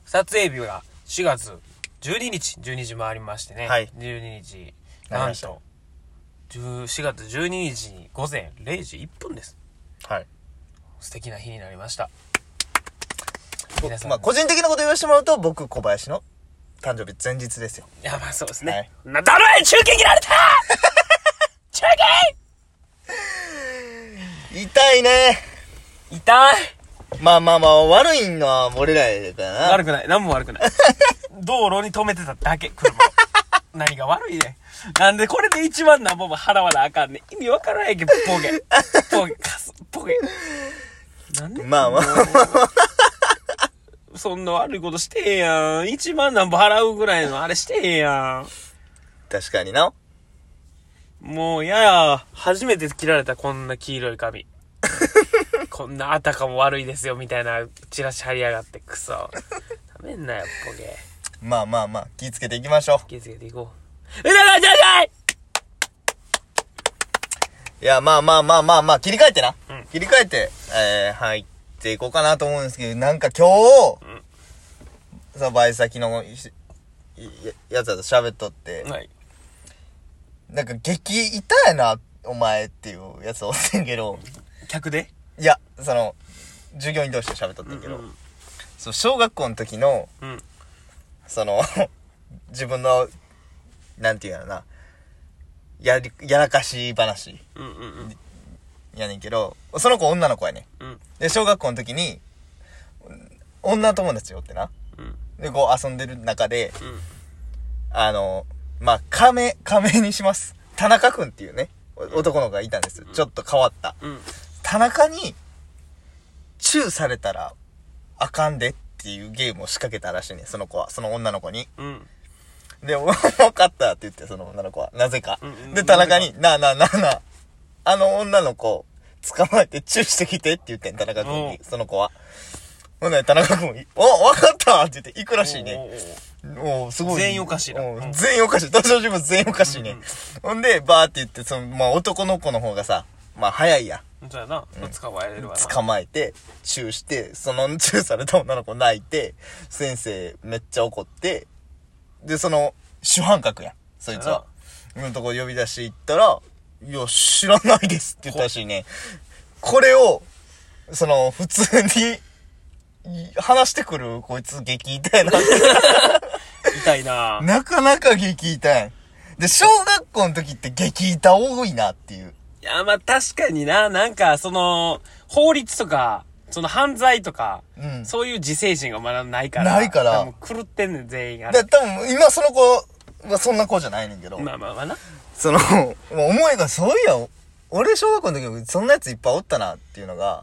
撮影日が4月12日、12時回りましてね。 はい。 12日、なんと、4月12日に午前0時1分です。 はい。 素敵な日になりました。 皆さん。まあ、個人的なこと言わせてもらうと、僕、小林の誕生日前日ですよ。 いや、まあそうですね。 はい、 だろい中継切られた中継痛いね。 痛い。 まあ、悪いのは俺らやからな。 悪くない。何も悪くない。道路に止めてただけ、車を。何が悪いね。なんでこれで1万何本も払わなあかんねん。意味わからないけど、ポゲ。ポゲ。なんでまあ。 そんな悪いことしてへんやん。1万何本払うぐらいのあれしてへんやん。 確かにな。 もう、や。初めて切られたこんな黄色い髪。こんなあたかも悪いですよ、みたいなチラシ貼りやがって、クソ。ダメんなよ、ポゲ。 まあ、気ぃつけていきましょう。 気ぃつけていこう。 いや、まあ、切り替えてな。 うん、 切り替えて、入っていこうかなと思うんですけど、なんか今日、さ、バイ先のやつだと喋っとって、 はい。 なんか激痛やな、お前っていうやつおってんけど、 客で？ いや、従業員同士で喋っとってんけど、そう、小学校の時の、自分の、なんていうのな、やらかし話。やねんけど、その子女の子やねん。で、小学校の時に、女友達よってな。で、こう遊んでる中で、まあ、仮名にします。田中くんっていうね、男の子がいたんです。ちょっと変わった。田中に、チューされたら、あかんでっていうゲームを仕掛けたらしいね、その子は。その女の子に。で、分かったって言って、その女の子は。なぜか。で、田中に、なあ、あの女の子、捕まえてチューしてきてって言ってん、田中君に、その子は。ほんで、田中君、分かったって言って行くらしいね。すごい。 全員おかしいな。 全員おかしい。登場人物全員おかしいね。ほんで、バーって言って、まあ男の子の方がさ、まあ早いや。 そうやな。捕まえれるわな。 捕まえて、チューして、チューされた女の子泣いて、先生めっちゃ怒って、で、主犯格やん。そいつは。のとこ呼び出して行ったら、いや、知らないですって言ったらしいね。これを、普通に、話してくる、こいつ激痛いな。 痛いな。 なかなか激痛い。で、小学校の時って激痛多いなっていう。 いや、まあ確かにな。なんか、法律とか、犯罪とか、そういう自制心がまだないから。 ないから。 もう狂ってんねん、全員が。 多分、今その子はそんな子じゃないねんけど。 まあな。 思いが、そういや、俺小学校の時そんなやついっぱいおったなっていうのが、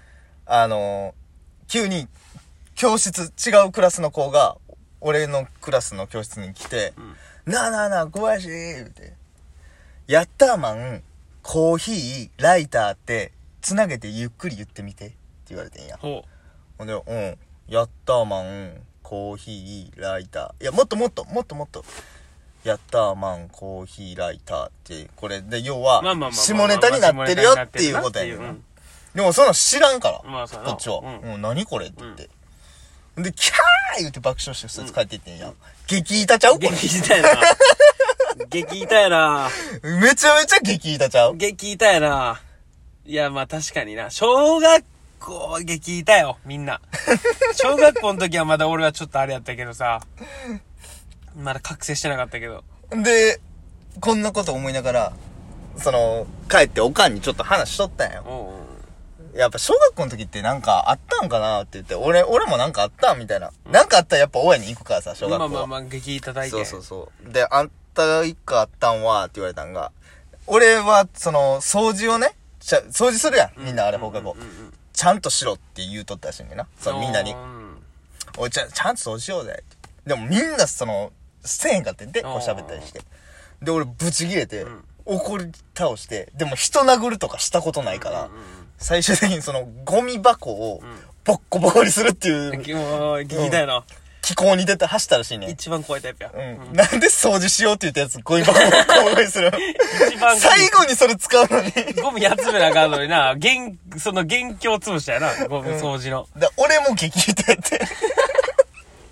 急に、違うクラスの子が、俺のクラスの教室に来て、なあ、小林言うて、ヤッターマン、コーヒー、ライターって、つなげてゆっくり言ってみてって言われてんや。ほんで、ヤッターマン、コーヒー、ライター。いや、もっと。ヤッターマン、コーヒー、ライターって、これで、要は、下ネタになってるよっていうことやねん。でも、その知らんから、こっちは。何これって言って。で、キャー言って爆笑してそいつ帰っていってんや。激痛ちゃうこれ。 激痛やな。激痛やな。 めちゃめちゃ激痛ちゃう激痛やな。いや、まあ確かにな。小学校激痛よ、みんな。小学校の時はまだ俺はちょっとあれやったけどさ。まだ覚醒してなかったけど。 で、こんなこと思いながら、帰っておかんにちょっと話しとったんよ。やっぱ小学校の時ってなんかあったんかなって言って、俺もなんかあったんみたいな。なんかあったらやっぱ親に行くからさ、小学校は。 まあ、激痛体験。 そう。で、あんたが一個あったんはって言われたんが、俺は、掃除をね、掃除するやん。みんなあれ放課後。ちゃんとしろって言うとったらしいんだよな。みんなに。おい、ちゃんと掃除しようぜって。でもみんなせえへんかってんで、こう喋ったりして。で、俺ブチ切れて、怒り倒して、でも人殴るとかしたことないから、最終的にゴミ箱をボッコボコにするっていう。 激痛やな。 気候に走ったらしいね。 一番怖いタイプや。 なんで掃除しようって言ったやつ、ゴミ箱をボッコボコにする。最後にそれ使うのに。 ゴミ集めなあかんのにな。元凶潰したやな、ゴミ掃除の。 俺も激痛やって。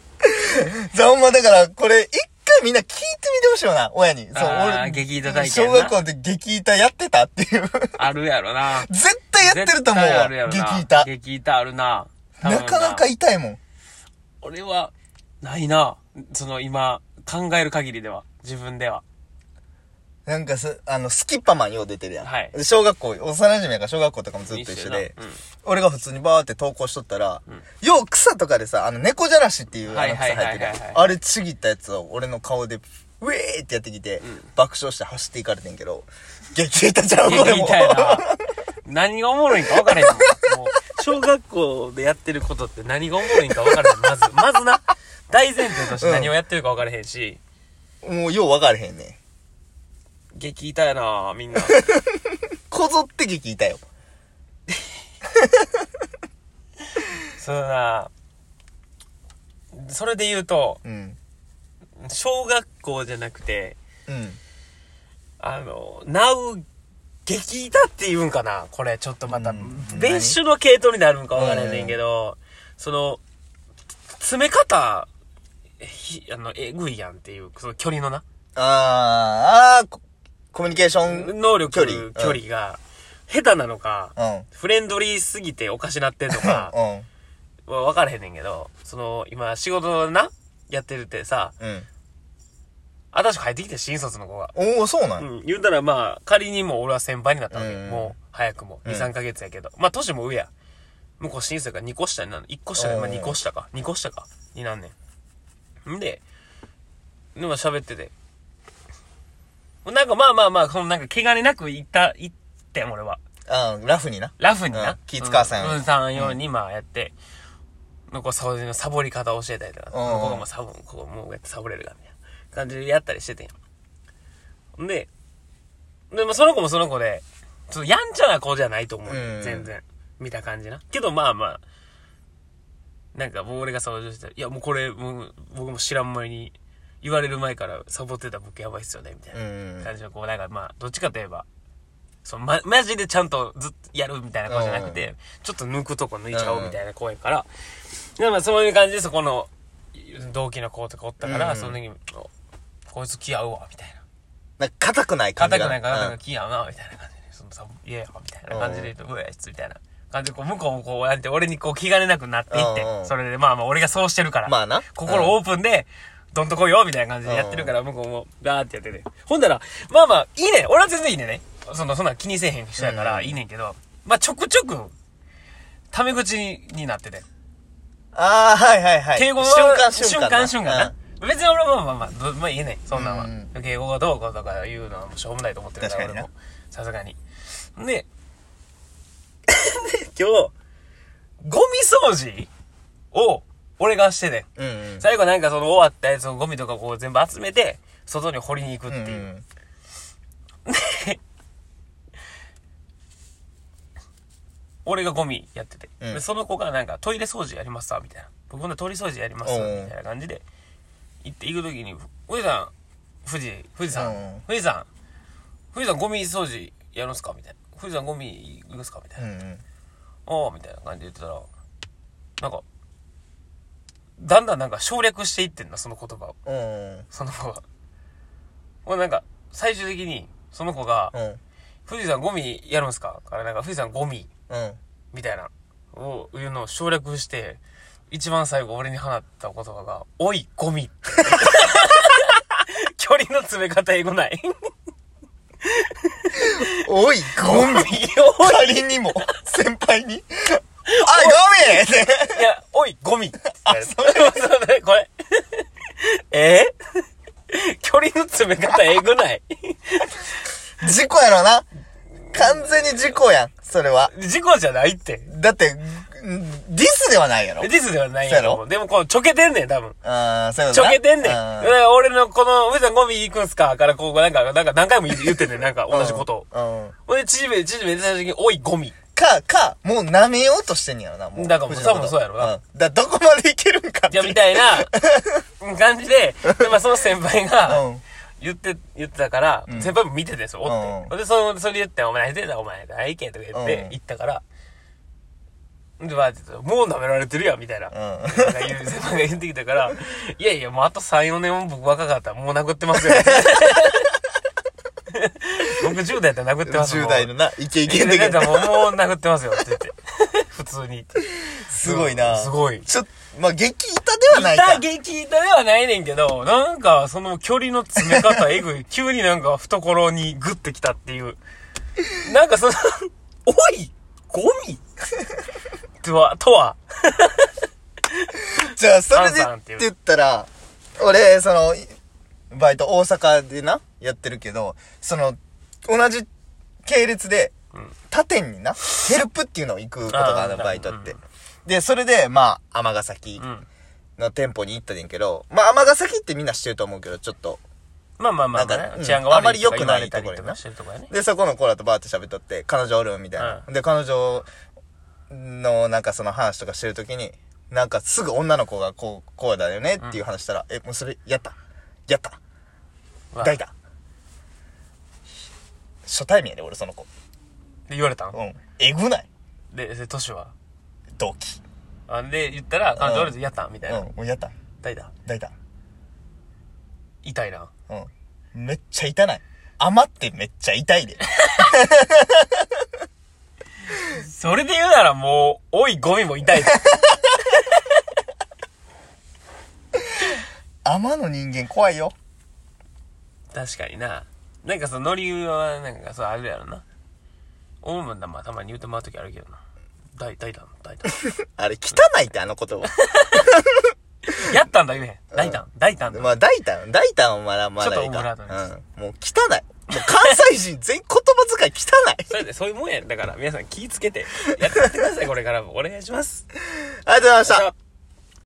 じゃあほんまだから、これ、一回みんな聞いてみてほしいよな、親に。そう、俺、 激痛体験な。 小学校で激痛やってたっていう。 あるやろな。 絶対やってると思うわ。 あるやろな。 激痛。 激痛あるな。 なかなか痛いもん。 俺は、ないな。今、考える限りでは。自分では。 なんかスキッパマンよう出てるやん。 はい。 小学校、幼馴染やから小学校とかもずっと一緒で、俺が普通にバーって投稿しとったら、よう草とかでさ、猫じゃらしっていう草生えてるやん。あれちぎったやつを俺の顔で、ウェーってやってきて、爆笑して走っていかれてんけど、激痛ちゃうこれも。 激痛やな。何がおもろいんか分からへんもん。もう、小学校でやってることって何がおもろいんか分からへん。まずな。大前提として何をやってるか分からへんし。 もうよう分からへんね。 激痛やなみんな。 こぞって激痛よ。 そうだな。それで言うと、小学校じゃなくて、なう激痛って言うんかなこれちょっとまた、別種の系統になるんか分からへんねんけど、詰め方、えぐいやんっていう、その距離のな。 コミュニケーション能力、距離が、下手なのか、フレンドリーすぎておかしなってんのか、分からへんねんけど、今仕事な、やってるってさ、新しく入ってきて新卒の子が。 おお、そうなん？ 言うたらまあ、仮にも俺は先輩になったわけ。もう、早くも。2、3ヶ月やけど。まあ、年も上や。向こう新卒が2個下になる。1個下で、まあ2個下か。2個下か。になんねん。で、喋ってて。なんかまあ、なんか気兼ねなく行ってん、俺は。 ラフにな。 ラフにな。 気使わせん。 3、4にまあやって、サボり方を教えたりとか、ここがもうもうやってサボれるか、みたいな感じでやったりしててん。で、もその子もその子で、ちょっとやんちゃな子じゃないと思う。全然。見た感じな。けどまあ、なんかもう俺がそうして、いやもうこれ、僕も知らん前に、言われる前からサボってた僕やばいっすよね、みたいな感じの、なんかまあ、どっちかといえば、マジでちゃんとずっとやるみたいな子じゃなくて、ちょっと抜くとこ抜いちゃおうみたいな子やから、でまあそういう感じでそこの、同期の子とかおったから、その時に、こいつ気合うわ、みたいな。 なんか硬くない感じ。 硬くない気合うな、みたいな感じで、いやみたいな感じで言うと、うわ、みたいな感じで、向こうもこうやって俺にこう気兼ねなくなっていって、それでまあ俺がそうしてるから、 まあな。 心オープンで、どんとこいよみたいな感じでやってるから、向こうも、ガーってやってて。ほんだら、まあ、いいね。俺は全然いいね。そんな気にせえへん人やから、いいねんけど、まあ、ちょくちょく、タメ口になってて。 はい。 敬語は、瞬間な。別に俺はまあいいね。そんなんは。敬語がどうこうとか言うのはもうしょうもないと思ってるから、俺も。さすがに。で、今日、ゴミ掃除を、俺がしてて、最後なんか終わったやつのゴミとかこう全部集めて、外に掘りに行くっていう。で、俺がゴミやってて、でその子がなんかトイレ掃除やりますさ、みたいな。僕のトイレ掃除やります、みたいな感じで、行くときに、富士山ゴミ掃除やるんすかみたいな。富士山ゴミ行くんすかみたいな。みたいな感じで言ってたら、なんか、だんだんなんか省略していってんだ、その言葉を。その子が。俺なんか、最終的に、その子が、富士山ゴミやるんすかからなんか、富士山ゴミ、みたいな、いうのを省略して、一番最後俺に放った言葉が、おい、ゴミって。距離の詰め方エゴない。 おい、ゴミ。仮にも、先輩に。ゴミいや、おい、ゴミ。これ。距離の詰め方えぐない？ 事故やろな。完全に事故やん、それは。 事故じゃないって。 だって、ディスではないやろ。 ディスではないやろ。でもこのちょけてんねん、多分。 そうやろ。 ちょけてんねん。俺のこの、富士山ゴミ行くんすかからこう、なんか何回も言ってんねん、なんか同じことを。ほんで、縮めて最終的に、おい、ゴミ。 もう舐めようとしてんやろな、もう。 だからもう多分そうやろな。 どこまでいけるんかって。 じゃみたいな感じで、まあその先輩が、言ってたから、先輩も見ててんすよ、おって。で、それ言って、お前何言ってんだ、お前。大意見とか言って、言ったから、 で、バーって言ったら、もう舐められてるやん、みたいな。なんか先輩が言ってきたから、いやいや、もうあと3、4年も僕若かったらもう殴ってますよ。僕10代やったら殴ってますよ。 10代のな、イケイケの時やったらもう殴ってますよって言って。普通に。 すごいな。 すごい。 まあ、激痛ではないか。 激痛ではないねんけど、なんか、その距離の詰め方えぐい。急になんか懐にグッてきたっていう。なんかおいゴミとは。 じゃあ、それでって言ったら、俺、バイト大阪でな、やってるけど、同じ系列で、他店にな、ヘルプっていうのを行くことがある、バイトって。で、それで、まあ、尼崎の店舗に行ったねんけど、まあ、尼崎ってみんな知ってると思うけど、ちょっと、 まあ、 なんか、 治安が悪いあまり良くないところとやな。 してるとこやね。 で、そこの子らとバーって喋っとって、彼女おるみたいな。で、彼女の、なんかその話とかしてるときに、なんかすぐ女の子がこうだよねっていう話したら、もうそれ、やった大だ初対面やで、俺その子。 で、言われたん？ えぐない？ で、年は同期。 で、言ったら、彼女おるとやったんみたいな。 もうやった。 大だ痛いな。 めっちゃ痛ない。余ってめっちゃ痛いで。 それで言うならもう、おいゴミも痛いで。 甘の人間怖いよ。 確かにな。なんかノリは、なんかあれやろな。オウムだ、まあたまに言うてもらうときあるけどな。大胆。 あれ汚いってあの言葉。 やったんだ言えへん。大胆だ。 まあ大胆はまだちょっといいか。 オブラートです。 もう汚い。もう関西人全員言葉遣い汚い。 そういうもんや。だから皆さん気ぃつけてやってみてください。これからもお願いします。 ありがとうございました。